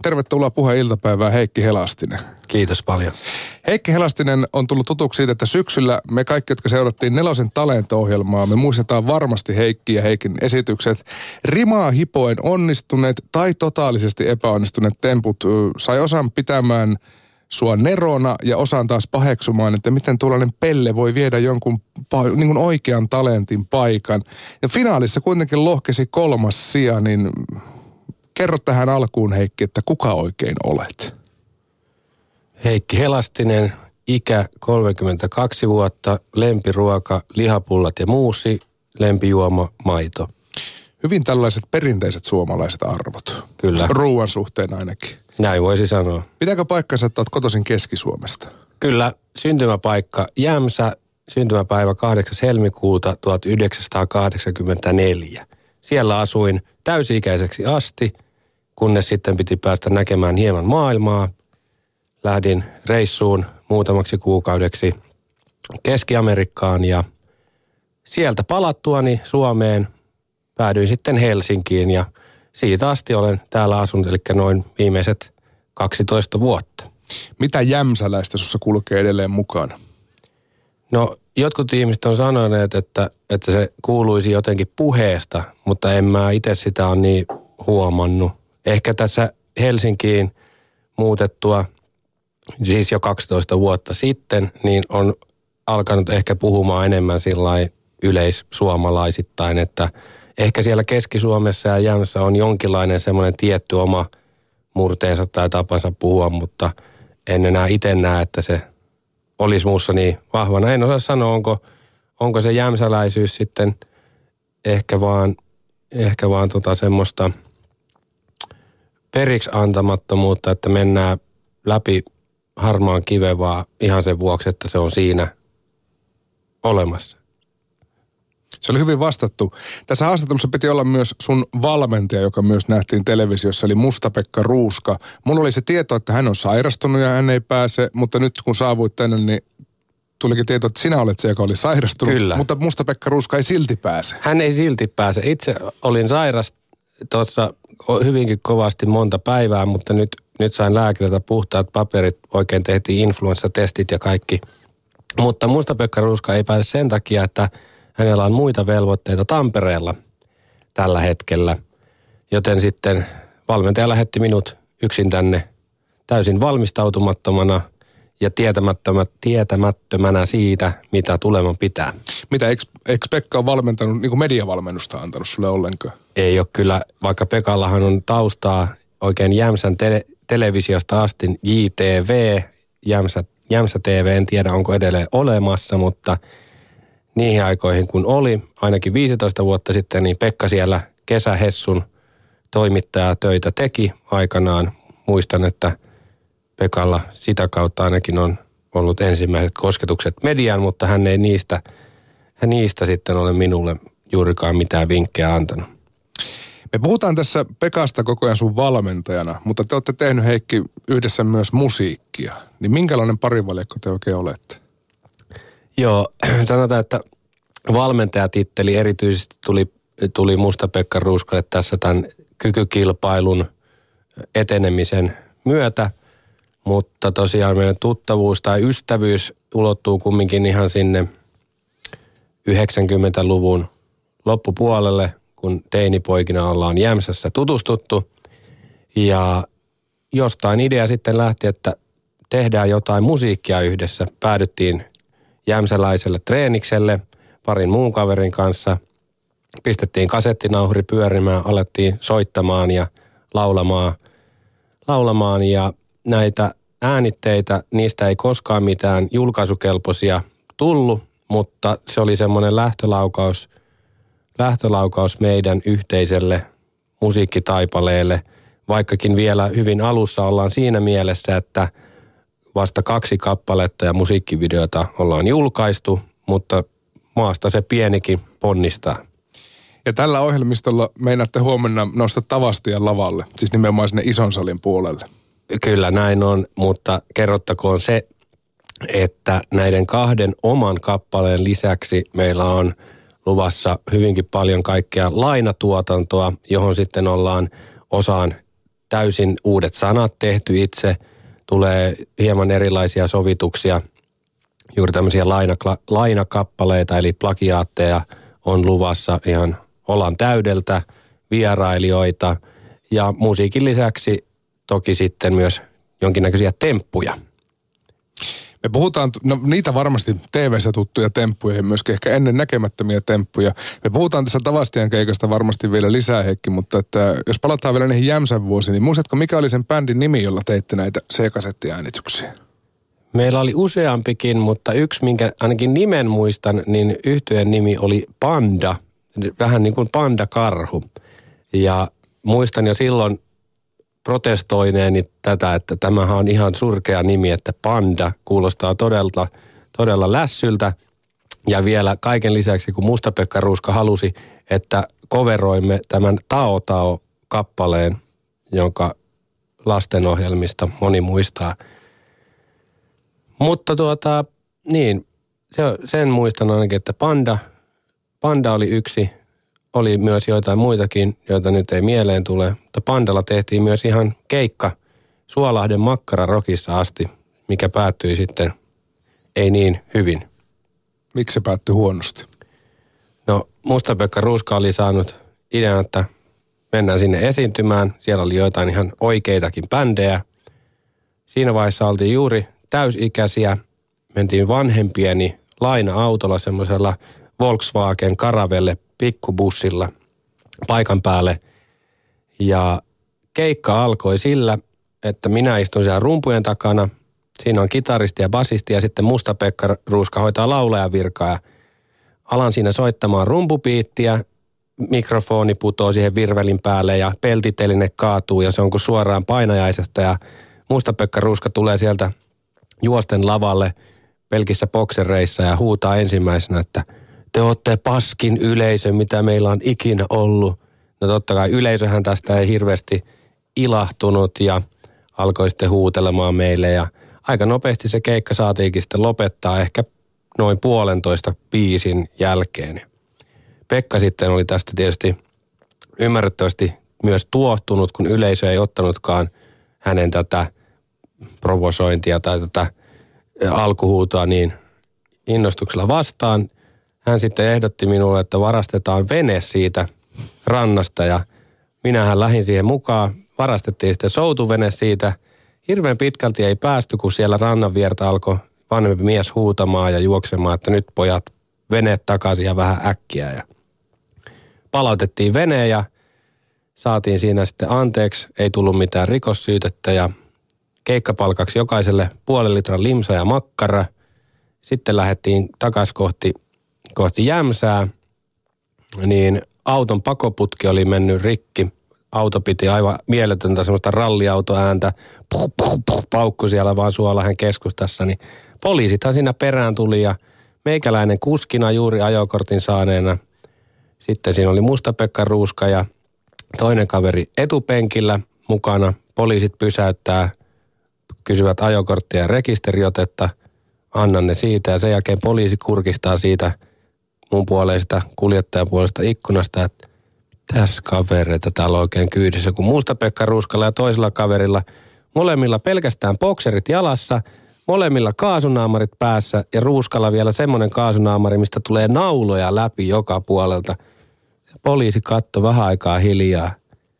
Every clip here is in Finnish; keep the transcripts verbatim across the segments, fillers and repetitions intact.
tervetuloa Puheen iltapäivään Heikki Helastinen. Kiitos paljon. Heikki Helastinen on tullut tutuksi siitä, että syksyllä me kaikki, jotka seurattiin Nelosen Talento-ohjelmaa, me muistetaan varmasti Heikki ja Heikin esitykset. Rimaa hipoen onnistuneet tai totaalisesti epäonnistuneet temput sai osan pitämään sua nerona ja osaan taas paheksumaan, että miten tuollainen pelle voi viedä jonkun niin kuin oikean talentin paikan. Ja finaalissa kuitenkin lohkesi kolmas sija, niin kerro tähän alkuun Heikki, että kuka oikein olet? Heikki Helastinen, ikä kolmekymmentäkaksi vuotta, lempiruoka, lihapullat ja muusi, lempijuoma, maito. Hyvin tällaiset perinteiset suomalaiset arvot. Kyllä. Ruuan suhteen ainakin. Näin voisi sanoa. Pitääkö paikkansa, että olet kotoisin Keski-Suomesta? Kyllä, syntymäpaikka Jämsä, syntymäpäivä kahdeksas helmikuuta tuhatyhdeksänsataakahdeksankymmentäneljä. Siellä asuin täysi-ikäiseksi asti, kunnes sitten piti päästä näkemään hieman maailmaa. Lähdin reissuun muutamaksi kuukaudeksi Keski-Amerikkaan ja sieltä palattuani Suomeen päädyin sitten Helsinkiin ja siitä asti olen täällä asunut, eli noin viimeiset kaksitoista vuotta. Mitä jämsäläistä sussa kulkee edelleen mukana? No, jotkut ihmiset on sanoneet, että, että se kuuluisi jotenkin puheesta, mutta en mä itse sitä ole niin huomannut. Ehkä tässä Helsinkiin muutettua, siis jo kaksitoista vuotta sitten, niin on alkanut ehkä puhumaan enemmän sillain yleissuomalaisittain, että ehkä siellä Keski-Suomessa ja Jämsässä on jonkinlainen semmoinen tietty oma murteensa tai tapansa puhua, mutta en enää itse näe, että se olisi muussa niin vahvana. En osaa sanoa, onko, onko se jämsäläisyys sitten ehkä vaan, ehkä vaan tota semmoista periksi antamattomuutta, että mennään läpi harmaan kiven vaan ihan sen vuoksi, että se on siinä olemassa. Se oli hyvin vastattu. Tässä haastattelussa piti olla myös sun valmentaja, joka myös nähtiin televisiossa, eli Musta-Pekka Ruuska. Mun oli se tieto, että hän on sairastunut ja hän ei pääse, mutta nyt kun saavuit tänne, niin tulikin tieto, että sinä olet se, joka oli sairastunut. Kyllä. Mutta Musta-Pekka Ruuska ei silti pääse. Hän ei silti pääse. Itse olin sairas tuossa hyvinkin kovasti monta päivää, mutta nyt, nyt sain lääkäriltä puhtaat paperit. Oikein tehtiin influenssatestit ja kaikki. Mutta Musta-Pekka Ruuska ei pääse sen takia, että hänellä on muita velvoitteita Tampereella tällä hetkellä, joten sitten valmentaja lähetti minut yksin tänne täysin valmistautumattomana ja tietämättömänä siitä, mitä tuleman pitää. Mitä, eikö, eikö Pekka ole valmentanut, niin kuin mediavalmennusta antanut sulle ollenkaan? Ei ole kyllä, vaikka Pekallahan on taustaa oikein Jämsän te- televisiosta asti J T V, Jämsä, Jämsä T V, en tiedä onko edelleen olemassa, mutta niihin aikoihin kun oli, ainakin viisitoista vuotta sitten, niin Pekka siellä Kesähessun toimittaja töitä teki aikanaan. Muistan, että Pekalla sitä kautta ainakin on ollut ensimmäiset kosketukset mediaan, mutta hän ei niistä, hän niistä sitten ole minulle juurikaan mitään vinkkejä antanut. Me puhutaan tässä Pekasta koko ajan sun valmentajana, mutta te olette tehnyt Heikki yhdessä myös musiikkia. Niin minkälainen parivaljakko te oikein olette? Joo, sanotaan, että valmentajatitteli erityisesti tuli, tuli Musta-Pekka Ruuskalle tässä tämän kykykilpailun etenemisen myötä, mutta tosiaan meidän tuttavuus tai ystävyys ulottuu kumminkin ihan sinne yhdeksänkymmentäluvun loppupuolelle, kun teinipoikina ollaan Jämsässä tutustuttu. Ja jostain idea sitten lähti, että tehdään jotain musiikkia yhdessä. Päädyttiin jämsäläiselle treenikselle parin muun kaverin kanssa. Pistettiin kasettinauhuri pyörimään, alettiin soittamaan ja laulamaan, laulamaan ja näitä äänitteitä, niistä ei koskaan mitään julkaisukelpoisia tullut, mutta se oli semmoinen lähtölaukaus, lähtölaukaus meidän yhteiselle musiikkitaipaleelle, vaikkakin vielä hyvin alussa ollaan siinä mielessä, että vasta kaksi kappaletta ja musiikkivideota ollaan julkaistu, mutta maasta se pienikin ponnistaa. Ja tällä ohjelmistolla meinaatte huomenna nousta Tavastian lavalle, siis nimenomaan sinne ison salin puolelle. Kyllä näin on, mutta kerrottakoon se, että näiden kahden oman kappaleen lisäksi meillä on luvassa hyvinkin paljon kaikkea lainatuotantoa, johon sitten ollaan osaan täysin uudet sanat tehty itse, tulee hieman erilaisia sovituksia, juuri tämmöisiä lainakla- lainakappaleita eli plagiaatteja on luvassa ihan olan täydeltä, vierailijoita ja musiikin lisäksi toki sitten myös jonkinnäköisiä temppuja. Me puhutaan, no niitä varmasti T V:ssä tuttuja temppuja ja myöskin ehkä ennen näkemättömiä temppuja. Me puhutaan tässä Tavastian keikasta varmasti vielä lisää, Heikki, mutta että jos palataan vielä niihin Jämsän vuosiin, niin muistatko mikä oli sen bändin nimi, jolla teitte näitä C-kasettiäänityksiä? Meillä oli useampikin, mutta yksi, minkä ainakin nimen muistan, niin yhtyeen nimi oli Panda, vähän niin kuin Panda-karhu. Ja muistan jo silloin protestoineeni tätä, että tämähän on ihan surkea nimi, että Panda kuulostaa todella, todella lässyltä. Ja vielä kaiken lisäksi, kun Musta-Pekka Ruuska halusi, että coveroimme tämän Tao Tao-kappaleen, jonka lastenohjelmista moni muistaa. Mutta tuota, niin, se, sen muistan ainakin, että Panda, Panda oli yksi. Oli myös joitain muitakin, joita nyt ei mieleen tule. Mutta Pandalla tehtiin myös ihan keikka Suolahden Makkararokissa asti, mikä päättyi sitten ei niin hyvin. Miksi se päättyi huonosti? No, Musta-Pekka Ruuska oli saanut idean, että mennään sinne esiintymään. Siellä oli joitain ihan oikeitakin bändejä. Siinä vaiheessa oltiin juuri täysikäisiä. Mentiin vanhempieni laina-autolla semmoisella Volkswagen Caravelle pikkubussilla paikan päälle. Ja keikka alkoi sillä, että minä istun siellä rumpujen takana. Siinä on kitaristi ja basisti ja sitten Musta-Pekka Ruuska hoitaa laulajan virkaa. Ja alan siinä soittamaan rumpupiittiä. Mikrofoni putoo siihen virvelin päälle ja peltiteline kaatuu ja se on kuin suoraan painajaisesta. Ja Musta-Pekka Ruuska tulee sieltä juosten lavalle pelkissä boksereissa ja huutaa ensimmäisenä, että te ootte paskin yleisö, mitä meillä on ikinä ollut. No totta kai yleisöhän tästä ei hirveästi ilahtunut ja alkoi sitten huutelemaan meille. Ja aika nopeasti se keikka saatiinkin sitten lopettaa ehkä noin puolentoista biisin jälkeen. Pekka sitten oli tästä tietysti ymmärrettävästi myös tuohtunut, kun yleisö ei ottanutkaan hänen tätä provosointia tai tätä alkuhuutoa niin innostuksella vastaan. Hän sitten ehdotti minulle, että varastetaan vene siitä rannasta ja minähän lähdin siihen mukaan. Varastettiin sitten soutuvene siitä. Hirveän pitkälti ei päästy, kun siellä rannan viertä alkoi vanhempi mies huutamaan ja juoksemaan, että nyt pojat veneet takaisin ja vähän äkkiä. Ja palautettiin vene ja saatiin siinä sitten anteeksi. Ei tullut mitään rikossyytettä ja keikkapalkaksi jokaiselle puolen litran limsa ja makkara. Sitten lähdettiin takaisin kohti, kohti Jämsää, niin auton pakoputki oli mennyt rikki. Auto piti aivan mieletöntä semmoista ralliautoääntä. Puh, puh, puh, paukku siellä vaan Suolahden keskustassa. Niin poliisithan siinä perään tuli ja meikäläinen kuskina juuri ajokortin saaneena. Sitten siinä oli Musta-Pekka Ruuska ja toinen kaveri etupenkillä mukana. Poliisit pysäyttää, kysyvät ajokorttia ja rekisteriotetta. Annan ne siitä ja sen jälkeen poliisi kurkistaa siitä mun puolesta kuljettajan puolesta ikkunasta, että tässä kavereita täällä oikein kyydissä, kun Musta-Pekka Ruuskalla ja toisella kaverilla molemmilla pelkästään bokserit jalassa, molemmilla kaasunaamarit päässä ja Ruuskalla vielä semmoinen kaasunaamari, mistä tulee nauloja läpi joka puolelta. Poliisi katsoi vähän aikaa hiljaa.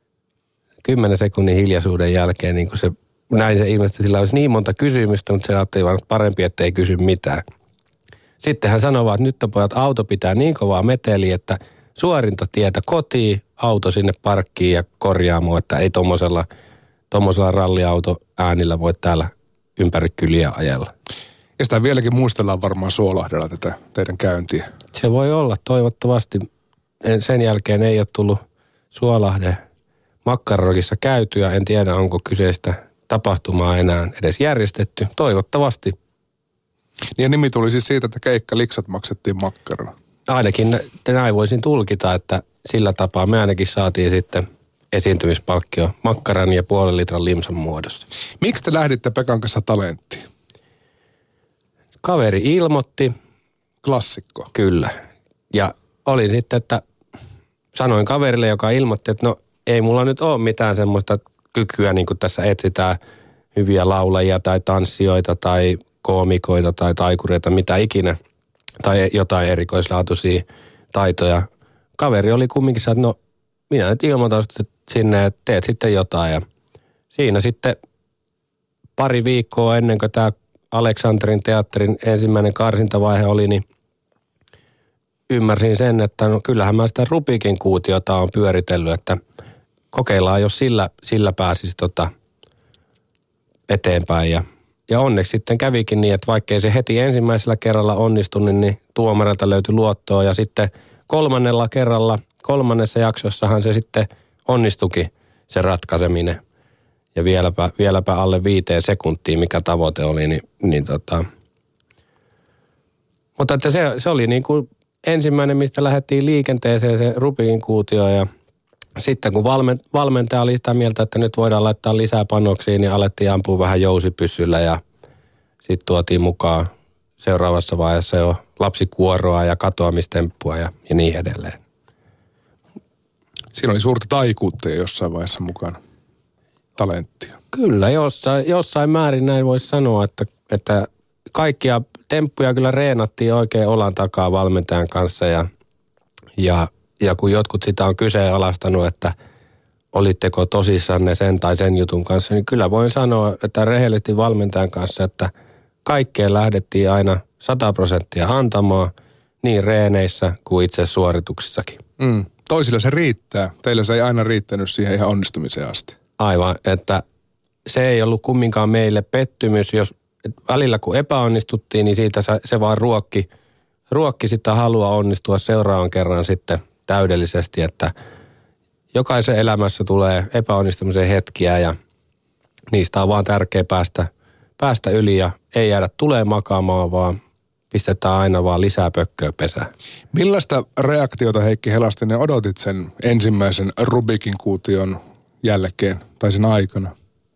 Kymmenen sekunnin hiljaisuuden jälkeen, niin kuin se, näin se ilmeisesti, sillä olisi niin monta kysymystä, mutta se ajatteli vaan parempi, että ei kysy mitään. Sitten hän sanoi vaan, että nyt pojat auto pitää niin kovaa meteliä, että suorinta tietä kotiin, auto sinne parkkiin ja korjaamoon, että ei tommosella, tommosella ralliautoäänillä voi täällä ympäri kyliä ajella. Ja sitä vieläkin muistellaan varmaan Suolahdella tätä teidän käyntiä. Se voi olla, toivottavasti. Sen jälkeen ei ole tullut Suolahden Makkararokissa käytyä. En tiedä, onko kyseistä tapahtumaa enää edes järjestetty. Toivottavasti. Ja nimi tuli siis siitä, että keikka-liksat maksettiin makkarana. Ainakin näin voisin tulkita, että sillä tapaa me ainakin saatiin sitten esiintymispalkkio makkaran ja puolen litran limsan muodossa. Miksi te lähditte Pekan kanssa Talenttiin? Kaveri ilmoitti. Klassikko. Kyllä. Ja olin sitten, että sanoin kaverille, joka ilmoitti, että no ei mulla nyt ole mitään semmoista, kykyä, niin kuin tässä etsitään hyviä laulajia tai tanssijoita tai koomikoita tai taikureita, mitä ikinä, tai jotain erikoislaatuisia taitoja. Kaveri oli kumminkin että no minä nyt ilmoitan sinne, että teet sitten jotain. Ja siinä sitten pari viikkoa ennen kuin tämä Aleksanterin teatterin ensimmäinen karsintavaihe oli, niin ymmärsin sen, että no kyllähän mä sitä Rubikin kuutiota on pyöritellyt, että kokeillaan, jos sillä, sillä pääsisi tota eteenpäin. Ja, ja onneksi sitten kävikin niin, että vaikkei se heti ensimmäisellä kerralla onnistunut, niin tuomarilta löytyi luottoa. Ja sitten kolmannella kerralla, kolmannessa jaksossahan se sitten onnistukin se ratkaiseminen. Ja vieläpä, vieläpä alle viiteen sekuntiin, mikä tavoite oli, niin, niin tota. Mutta että se, se oli niin kuin ensimmäinen, mistä lähdettiin liikenteeseen se Rubikin kuutio ja sitten kun valmentaja oli sitä mieltä, että nyt voidaan laittaa lisää panoksia, niin alettiin ampua vähän jousipyssyllä ja sitten tuotiin mukaan seuraavassa vaiheessa jo lapsikuoroa ja katoamistemppua ja, ja niin edelleen. Siinä oli suurta taikuutta jossain vaiheessa mukana, talenttia. Kyllä, jossain, jossain määrin näin voisi sanoa, että, että kaikkia temppuja kyllä reenattiin oikein olan takaa valmentajan kanssa ja, ja Ja kun jotkut sitä on kyseenalaistanut, että olitteko tosissanne sen tai sen jutun kanssa, niin kyllä voin sanoa, että rehellisesti valmentajan kanssa, että kaikkeen lähdettiin aina sata prosenttia antamaan niin reeneissä kuin itse suorituksissakin. Mm. Toisilla se riittää. Teillä se ei aina riittänyt siihen ihan onnistumiseen asti. Aivan, että se ei ollut kumminkaan meille pettymys. Jos välillä kun epäonnistuttiin, niin siitä se vaan ruokki, ruokki sitä halua onnistua seuraavan kerran sitten täydellisesti, että jokaisen elämässä tulee epäonnistumisen hetkiä ja niistä on vaan tärkeää päästä, päästä yli ja ei jäädä tulee makaamaan, vaan pistetään aina vaan lisää pökköä pesään. Millaista reaktiota, Heikki Helastinen, odotit sen ensimmäisen Rubikin kuution jälkeen tai sen aikana?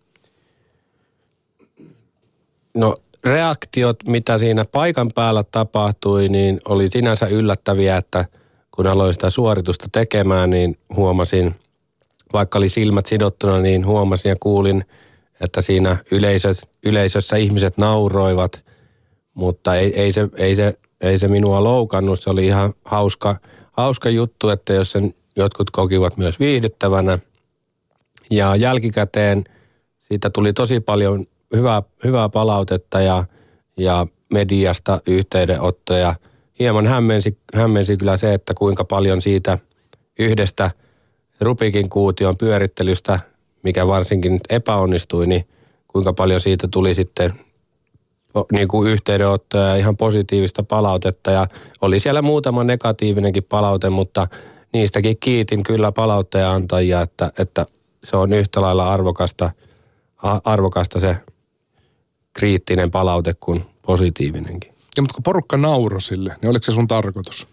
No reaktiot, mitä siinä paikan päällä tapahtui, niin oli sinänsä yllättäviä, että kun aloin sitä suoritusta tekemään, niin huomasin, vaikka oli silmät sidottuna, niin huomasin ja kuulin, että siinä yleisö, yleisössä ihmiset nauroivat, mutta ei, ei, se, ei, se, ei se minua loukannut. Se oli ihan hauska, hauska juttu, että jos sen jotkut kokivat myös viihdyttävänä. Ja jälkikäteen siitä tuli tosi paljon hyvää, hyvää palautetta ja, ja mediasta yhteydenottoja. Hieman hämmensi, hämmensi kyllä se, että kuinka paljon siitä yhdestä Rubikin kuution pyörittelystä, mikä varsinkin epäonnistui, niin kuinka paljon siitä tuli sitten niin kuin yhteydenottoja ja ihan positiivista palautetta. Ja oli siellä muutama negatiivinenkin palaute, mutta niistäkin kiitin kyllä palautteen antajia, että, että se on yhtä lailla arvokasta, arvokasta se kriittinen palaute kuin positiivinenkin. Ja mutta kun porukka nauroi sille, niin oliko se sun tarkoitus?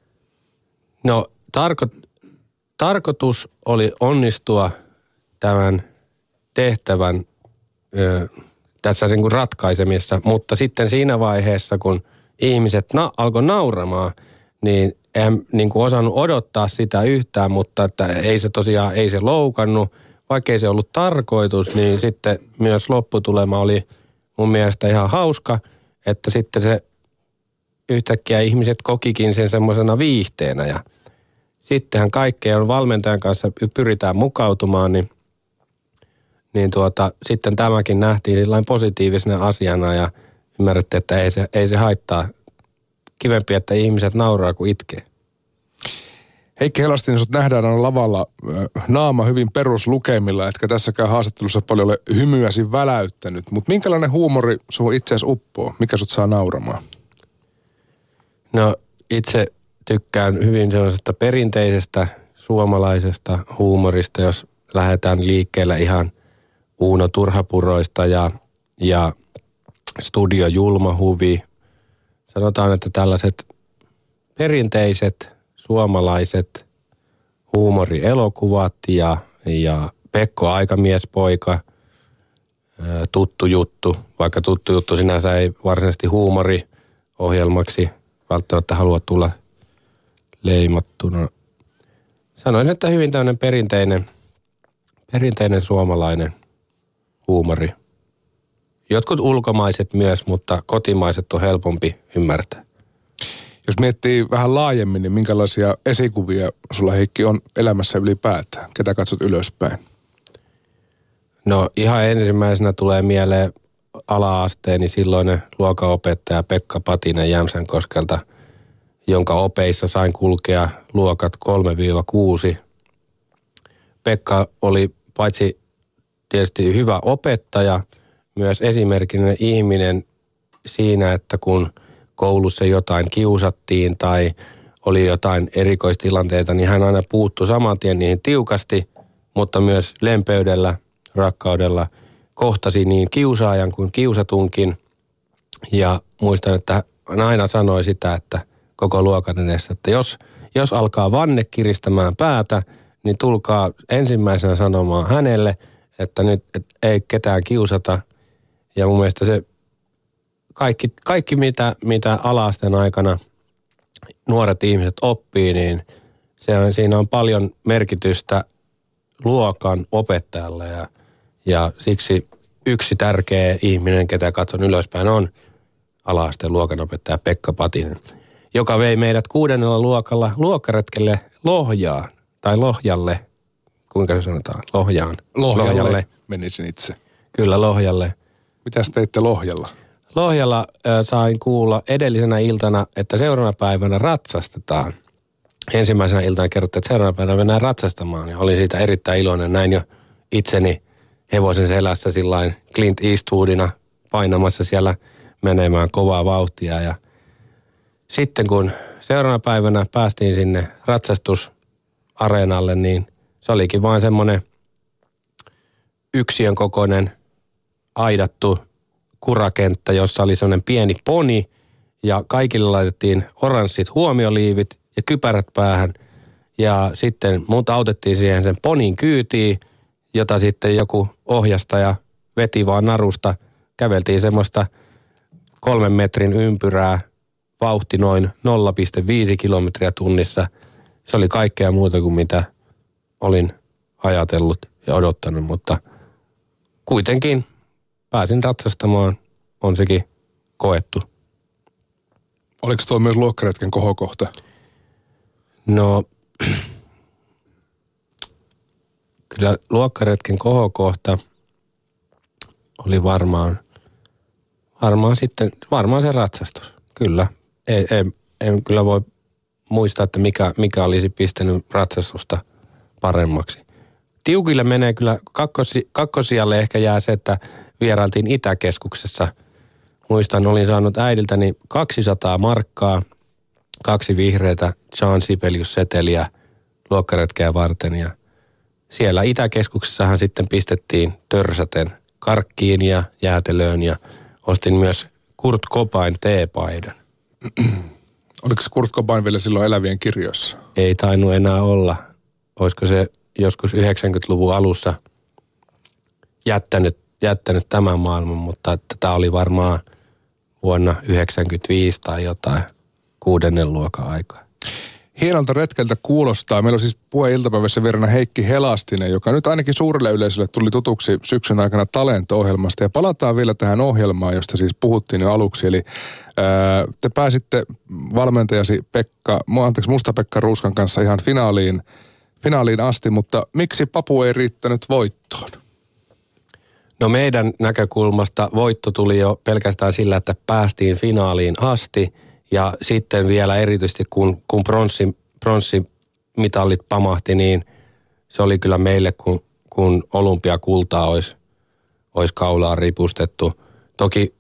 No tarko- tarkoitus oli onnistua tämän tehtävän ö, tässä niin kuin ratkaisemissa, mutta sitten siinä vaiheessa, kun ihmiset na- alkoi nauramaan, niin en niin kuin osannut odottaa sitä yhtään, mutta että ei se tosiaan, ei se loukannut, vaikka ei se ollut tarkoitus, niin sitten myös lopputulema oli mun mielestä ihan hauska, että sitten se yhtäkkiä ihmiset kokikin sen semmoisena viihteenä ja sittenhän kaikkeen valmentajan kanssa pyritään mukautumaan, niin, niin tuota, sitten tämäkin nähtiin sillain positiivisena asiana ja ymmärrettiin, että ei se, ei se haittaa. Kivempi, että ihmiset nauraa kuin itkee. Heikki Helastinen, sut nähdään on lavalla naama hyvin peruslukemilla, etkä tässäkään haastattelussa paljon ole hymyäsi väläyttänyt. Mutta minkälainen huumori sun itseäsi uppoo? Mikä sut saa nauramaan? No itse tykkään hyvin sellaisesta perinteisestä suomalaisesta huumorista, jos lähdetään liikkeelle ihan Uuno Turhapuroista ja, ja Studio Julmahuvi. Sanotaan, että tällaiset perinteiset suomalaiset huumorielokuvat ja, ja Pekko Aikamiespoika, Tuttu juttu, vaikka Tuttu juttu sinänsä ei varsinaisesti huumoriohjelmaksi välttämättä halua tulla leimattuna. Sanoisin, että hyvin tämmöinen perinteinen, perinteinen suomalainen huumori. Jotkut ulkomaiset myös, mutta kotimaiset on helpompi ymmärtää. Jos miettii vähän laajemmin, niin minkälaisia esikuvia sulla, Heikki, on elämässä ylipäätään? Ketä katsot ylöspäin? No ihan ensimmäisenä tulee mieleen ala-asteeni silloinen luokanopettaja Pekka Patinen Jämsänkoskelta, jonka opeissa sain kulkea luokat kolme kuusi. Pekka oli paitsi tietysti hyvä opettaja, myös esimerkillinen ihminen siinä, että kun koulussa jotain kiusattiin tai oli jotain erikoistilanteita, niin hän aina puuttui saman tien niihin tiukasti, mutta myös lempeydellä, rakkaudella kohtasi niin kiusaajan kuin kiusatunkin. Ja muistan, että hän aina sanoi sitä, että koko luokan edessä, että jos, jos alkaa vanne kiristämään päätä, niin tulkaa ensimmäisenä sanomaan hänelle, että nyt et ei ketään kiusata. Ja mun mielestä se kaikki, kaikki mitä, mitä ala-asteen aikana nuoret ihmiset oppii, niin se on, siinä on paljon merkitystä luokan opettajalle. Ja, ja siksi yksi tärkeä ihminen, ketä katson ylöspäin, on ala-asteen luokanopettaja Pekka Patinen, joka vei meidät kuudennella luokalla luokkaretkelle Lohjaan. Tai Lohjalle, kuinka se sanotaan? Lohjaan. Lohjalle, Lohjalle. Menisin itse. Kyllä, Lohjalle. Mitäs teitte Lohjalla? Lohjalla äh, sain kuulla edellisenä iltana, että seuraavana päivänä ratsastetaan. Ensimmäisenä iltana kerrottiin, että seuraavana päivänä mennään ratsastamaan. Ja olin siitä erittäin iloinen. Näin jo itseni hevosen selässä sillain Clint Eastwoodina painamassa siellä menemään kovaa vauhtia. Ja sitten kun seuraavana päivänä päästiin sinne ratsastusareenalle, niin se olikin vain semmoinen yksiön kokoinen aidattu kurakenttä, jossa oli semmoinen pieni poni ja kaikille laitettiin oranssit huomioliivit ja kypärät päähän. Ja sitten mut autettiin siihen sen ponin kyytiin, jota sitten joku ohjastaja veti vaan narusta. Käveltiin semmoista kolmen metrin ympyrää, vauhti noin nolla pilkku viisi kilometriä tunnissa. Se oli kaikkea muuta kuin mitä olin ajatellut ja odottanut, mutta kuitenkin pääsin ratsastamaan, on sekin koettu. Oliko tuo myös luokkaretken kohokohta? No, kyllä luokkaretken kohokohta oli varmaan, varmaan sitten, varmaan se ratsastus. Kyllä, ei, ei, en kyllä voi muistaa, että mikä, mikä olisi pistänyt ratsastusta paremmaksi. Tiukille menee kyllä, kakkosi, kakkosijalle ehkä jää se, että vierailtiin Itäkeskuksessa. Muistan, olin saanut äidiltäni kaksisataa markkaa, kaksi vihreätä Jean Sibelius-seteliä luokkaretkeä varten. Ja siellä Itäkeskuksessahan sitten pistettiin törsäten karkkiin ja jäätelöön ja ostin myös Kurt Cobain teepaidan. Oliko se Kurt Cobain vielä silloin elävien kirjoissa? Ei tainnut enää olla. Olisiko se joskus yhdeksänkymmentäluvun alussa jättänyt, jättänyt tämän maailman, mutta tämä oli varmaan vuonna yhdeksänkymmentäviisi tai jotain kuudennen luokan aikaa. Hienolta retkeltä kuulostaa. Meillä on siis puhe-iltapäivässä vieraana Heikki Helastinen, joka nyt ainakin suurelle yleisölle tuli tutuksi syksyn aikana Talento-ohjelmasta. Ja palataan vielä tähän ohjelmaan, josta siis puhuttiin jo aluksi. Eli ää, te pääsitte valmentajasi Pekka, anteeksi, Musta-Pekka Ruuskan kanssa ihan finaaliin, finaaliin asti, mutta miksi Papu ei riittänyt voittoon? No meidän näkökulmasta voitto tuli jo pelkästään sillä, että päästiin finaaliin asti. Ja sitten vielä erityisesti, kun, kun pronssi, pronssimitallit pamahti, niin se oli kyllä meille, kun, kun olympiakultaa olisi, olisi kaulaan ripustettu. Toki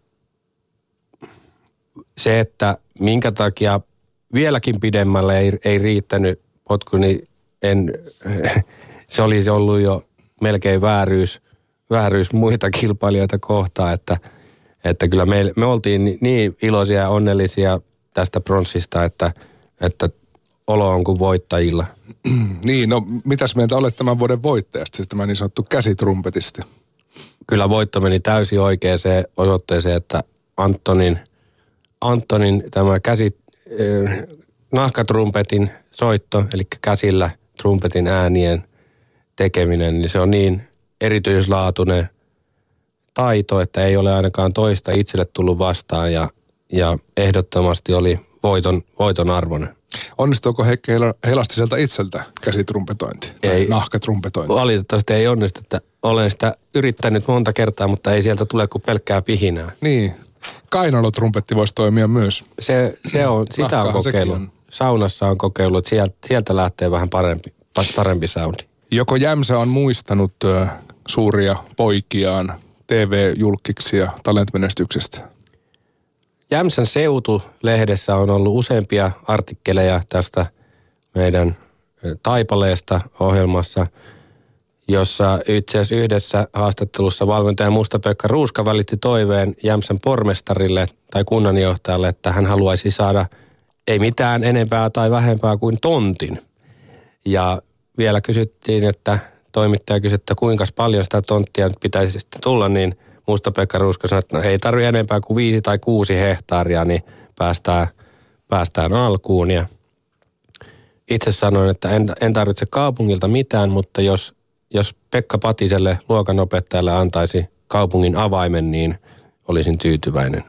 se, että minkä takia vieläkin pidemmälle ei, ei riittänyt potku, niin en, se olisi ollut jo melkein vääryys, vääryys muita kilpailijoita kohtaan, että, että kyllä me, me oltiin niin iloisia ja onnellisia tästä pronssista, että, että olo on kuin voittajilla. Niin, no mitäs mieltä olet tämän vuoden voittajasta, siis tämä niin sanottu käsitrumpetisti? Kyllä voitto meni täysin oikeaan osoitteeseen, että Antonin, Antonin tämä käsi, äh, nahkatrumpetin soitto, eli käsillä trumpetin äänien tekeminen, niin se on niin erityislaatuinen taito, että ei ole ainakaan toista itselle tullut vastaan ja, ja ehdottomasti oli voiton, voiton arvoinen. Onnistuuko Heikki Helastiselta itseltä käsitrumpetointi tai ei, nahkatrumpetointi? Valitettavasti ei onnistu, että olen sitä yrittänyt monta kertaa, mutta ei sieltä tule kuin pelkkää pihinää. Niin. Kainalotrumpetti voisi toimia myös. Se, se on, sitä on kokeillut. On. Saunassa on kokeillut, että sieltä, sieltä lähtee vähän parempi, parempi soundi. Joko Jämsä on muistanut uh, suuria poikiaan T V-julkkiksia talentmenestyksestä? Jämsän seutu-lehdessä on ollut useampia artikkeleja tästä meidän Taipaleesta ohjelmassa, jossa itse asiassa yhdessä haastattelussa valmentaja Musta-Pekka Ruuska välitti toiveen Jämsän pormestarille tai kunnanjohtajalle, että hän haluaisi saada ei mitään enempää tai vähempää kuin tontin. Ja vielä kysyttiin, että toimittaja kysyi, että kuinka paljon sitä tonttia nyt pitäisi sitten tulla, niin Musta-Pekka Ruuska sanoi, että no ei tarvitse enempää kuin viisi tai kuusi hehtaaria, niin päästään, päästään alkuun. Ja itse sanoin, että en, en tarvitse kaupungilta mitään, mutta jos, jos Pekka Patiselle luokanopettajalle antaisi kaupungin avaimen, niin olisin tyytyväinen.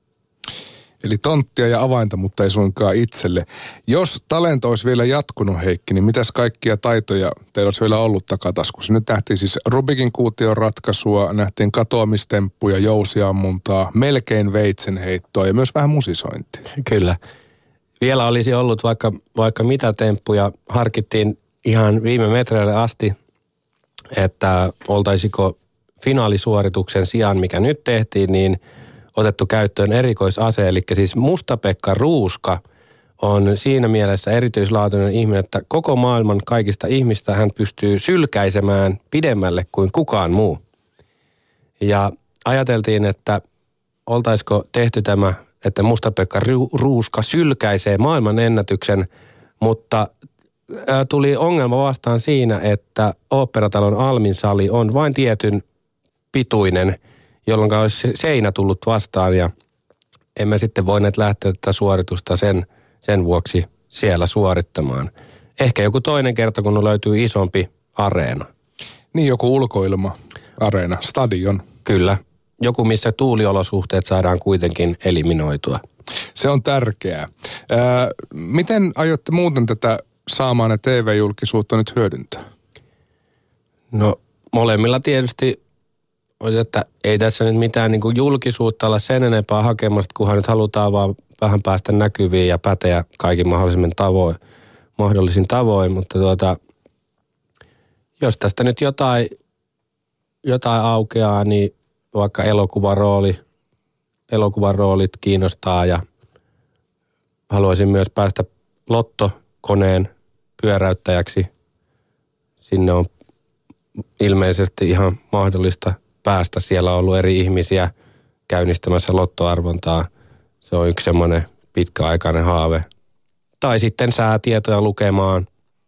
Eli tonttia ja avainta, mutta ei suinkaan itselle. Jos talento olisi vielä jatkunut, Heikki, niin mitäs kaikkia taitoja teillä olisi vielä ollut takataskussa? Nyt nähtiin siis Rubikin kuution ratkaisua, nähtiin katoamistemppuja, jousiammuntaa, melkein veitsenheittoa ja myös vähän musisointia. Kyllä. Vielä olisi ollut vaikka, vaikka mitä temppuja. Harkittiin ihan viime metreille asti, että oltaisiko finaalisuorituksen sijaan, mikä nyt tehtiin, niin otettu käyttöön erikoisase, eli siis Musta-Pekka Ruuska on siinä mielessä erityislaatuinen ihminen, että koko maailman kaikista ihmistä hän pystyy sylkäisemään pidemmälle kuin kukaan muu. Ja ajateltiin, että oltaisiko tehty tämä, että Musta-Pekka Ruuska sylkäisee maailman ennätyksen, mutta tuli ongelma vastaan siinä, että Oopperatalon Almin sali on vain tietyn pituinen, jolloin olisi seinä tullut vastaan ja emme sitten voineet lähteä tätä suoritusta sen, sen vuoksi siellä suorittamaan. Ehkä joku toinen kerta, kun löytyy isompi areena. Niin, joku ulkoilma-areena, stadion. Kyllä. Joku, missä tuuliolosuhteet saadaan kuitenkin eliminoitua. Se on tärkeää. Ää, miten aiotte muuten tätä saamaan T V-julkisuutta nyt hyödyntää? No molemmilla tietysti on, että ei tässä nyt mitään niin kuin julkisuutta olla sen enempää hakemasta, kunhan nyt halutaan vaan vähän päästä näkyviin ja päteä kaikin mahdollisin tavoin, mahdollisin tavoin. Mutta tuota, jos tästä nyt jotain, jotain aukeaa, niin vaikka elokuvarooli, elokuvaroolit kiinnostaa ja haluaisin myös päästä lottokoneen pyöräyttäjäksi. Sinne on ilmeisesti ihan mahdollista päästä. Siellä on ollut eri ihmisiä käynnistämässä lottoarvontaa. Se on yksi semmoinen pitkäaikainen haave. Tai sitten säätietoja lukemaan.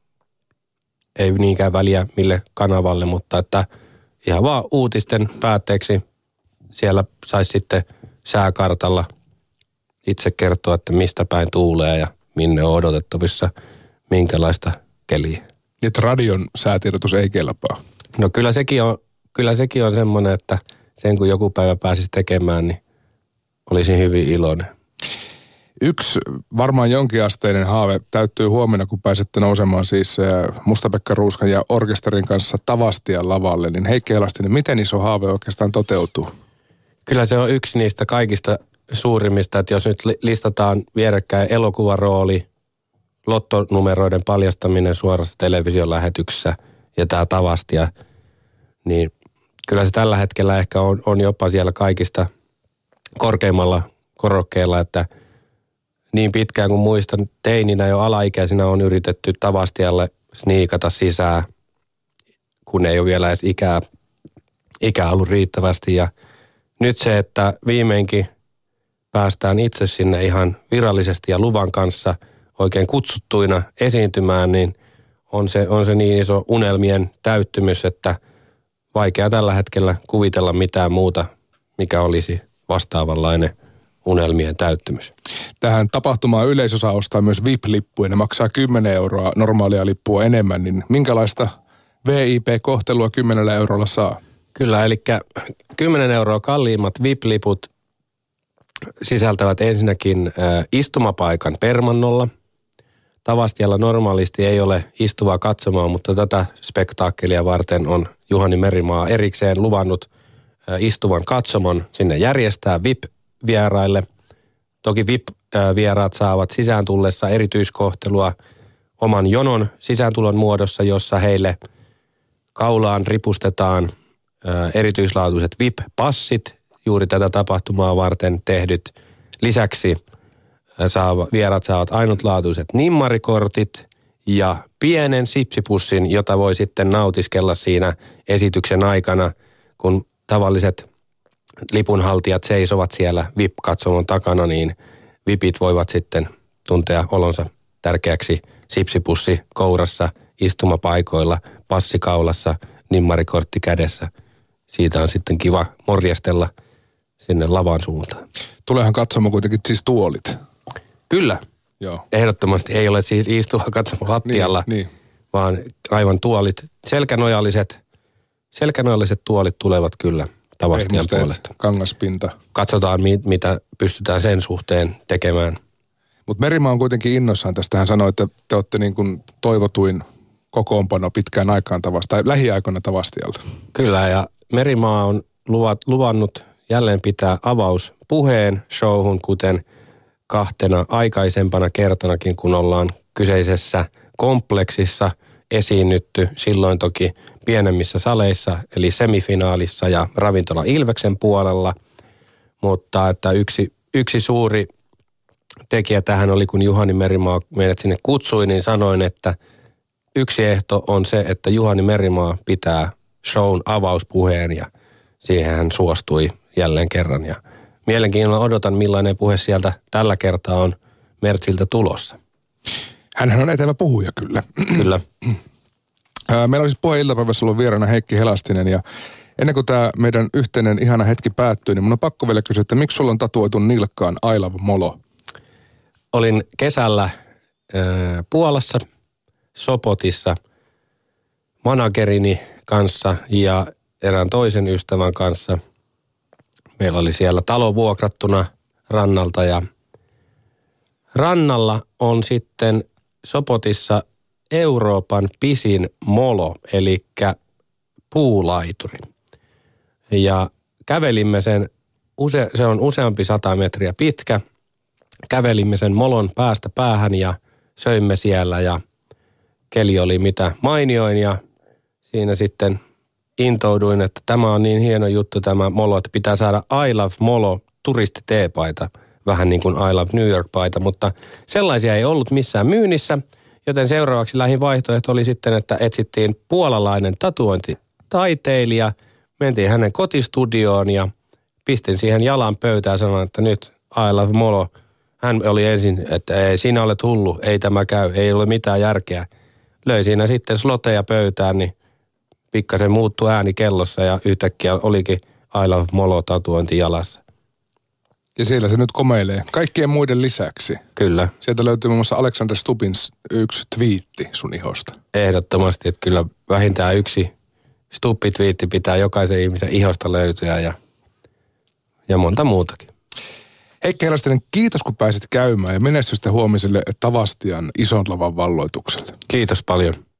Ei niinkään väliä mille kanavalle, mutta että ihan vaan uutisten päätteeksi siellä saisi sitten sääkartalla itse kertoa, että mistä päin tuulee ja minne on odotettavissa minkälaista keliä. Että radion säätiedotus ei kelpaa. No kyllä sekin on, kyllä sekin on semmoinen, että sen kun joku päivä pääsisi tekemään, niin olisin hyvin iloinen. Yksi varmaan jonkinasteinen haave täyttyy huomenna, kun pääsette nousemaan siis Musta-Pekka Ruuskan ja orkesterin kanssa Tavastian lavalle. Niin Heikki Helastinen, miten iso haave oikeastaan toteutuu? Kyllä se on yksi niistä kaikista suurimmista, että jos nyt listataan vierekkäin elokuvarooli, lottonumeroiden paljastaminen suorassa televisiolähetyksessä ja tämä Tavastia, niin kyllä se tällä hetkellä ehkä on, on jopa siellä kaikista korkeimmalla korokkeella, että niin pitkään kuin muistan, teininä jo alaikäisinä on yritetty Tavastialle sniikata sisään, kun ei ole vielä edes ikää, ikää ollut riittävästi. Ja nyt se, että viimeinkin päästään itse sinne ihan virallisesti ja luvan kanssa oikein kutsuttuina esiintymään, niin on se, on se niin iso unelmien täyttymys, että vaikea tällä hetkellä kuvitella mitään muuta, mikä olisi vastaavanlainen unelmien täyttymys. Tähän tapahtumaan yleisösa ostaa myös V I P-lippuja. Ne maksaa kymmenen euroa normaalia lippua enemmän, niin minkälaista V I P-kohtelua kymmenellä eurolla saa. Kyllä, eli kymmenen euroa kalliimmat V I P-liput sisältävät ensinnäkin äh, istumapaikan permannolla. Tavastialla normaalisti ei ole istuvaa katsomaa, mutta tätä spektaakkelia varten on Juhani Merimaa erikseen luvannut äh, istuvan katsomon sinne järjestää V I P-vieraille. Toki V I P-vieraat saavat sisään tullessa erityiskohtelua oman jonon sisääntulon muodossa, jossa heille kaulaan ripustetaan äh, erityislaatuiset V I P-passit, juuri tätä tapahtumaa varten tehdyt. Lisäksi saava, vieraat saavat ainutlaatuiset nimmarikortit ja pienen sipsipussin, jota voi sitten nautiskella siinä esityksen aikana, kun tavalliset lipunhaltijat seisovat siellä V I P-katsomon takana, niin VIPit voivat sitten tuntea olonsa tärkeäksi sipsipussi kourassa, istumapaikoilla, passikaulassa, nimmarikortti kädessä. Siitä on sitten kiva morjestella sinne lavan suuntaan. Tuleehan katsomaan kuitenkin siis tuolit. Kyllä. Joo. Ehdottomasti ei ole siis istuva katsomo lattialla, niin, niin. vaan aivan tuolit. Selkänojalliset, selkänojalliset tuolit tulevat kyllä Tavastian puolesta. Kangaspinta. Katsotaan, mitä pystytään sen suhteen tekemään. Mutta Merimaa on kuitenkin innossaan tästä. Hän sanoi, että te olette niin kuin toivotuin kokoonpano pitkään aikaan Tavast, tai lähiaikoina Tavastialta. Kyllä, ja Merimaa on luvat, luvannut jälleen pitää avauspuheen showhun, kuten kahtena aikaisempana kertanakin, kun ollaan kyseisessä kompleksissa esiinnytty, silloin toki pienemmissä saleissa, eli semifinaalissa ja ravintola Ilveksen puolella. Mutta että yksi, yksi suuri tekijä tähän oli, kun Juhani Merimaa meidät sinne kutsui, niin sanoin, että yksi ehto on se, että Juhani Merimaa pitää shown avauspuheen, ja siihen hän suostui jälleen kerran. Ja mielenkiinnolla odotan, millainen puhe sieltä tällä kertaa on Mertsiltä tulossa. Hänhän on etevä puhuja kyllä. Kyllä. Meillä on siis Puheen iltapäivässä ollut vieraana Heikki Helastinen, ja ennen kuin tämä meidän yhteinen ihana hetki päättyy, niin mun on pakko vielä kysyä, että miksi sulla on tatuoitu nilkkaan I love Molo? Olin kesällä äh, Puolassa, Sopotissa, managerini kanssa ja erään toisen ystävän kanssa. Meillä oli siellä talo vuokrattuna rannalta, ja rannalla on sitten Sopotissa Euroopan pisin molo, eli puulaituri. Ja kävelimme sen, use, se on useampi sata metriä pitkä, kävelimme sen molon päästä päähän ja söimme siellä, ja keli oli mitä mainioin, ja siinä sitten intouduin, että tämä on niin hieno juttu tämä molo, että pitää saada I love Molo turistiteepaita, vähän niin kuin I love New York-paita, mutta sellaisia ei ollut missään myynnissä, joten seuraavaksi lähin vaihtoehto oli sitten, että etsittiin puolalainen tatuointitaiteilija, mentiin hänen kotistudioon ja pistin siihen jalan pöytään ja sanoin, että nyt I love Molo. Hän oli ensin, että ei, sinä olet hullu, ei tämä käy, ei ole mitään järkeä. Löi siinä sitten sloteja pöytään, niin pikkasen muuttui ääni kellossa ja yhtäkkiä olikin I love Molo tatuointi jalassa. Ja siellä se nyt komeilee. Kaikkien muiden lisäksi. Kyllä. Sieltä löytyy muun muassa Alexander Stubbin yksi twiitti sun ihosta. Ehdottomasti, että kyllä vähintään yksi Stubbi-twiitti pitää jokaisen ihmisen ihosta löytyä ja, ja monta muutakin. Heikki Helastinen, kiitos kun pääsit käymään ja menestystä huomiselle Tavastian ison lavan valloitukselle. Kiitos paljon.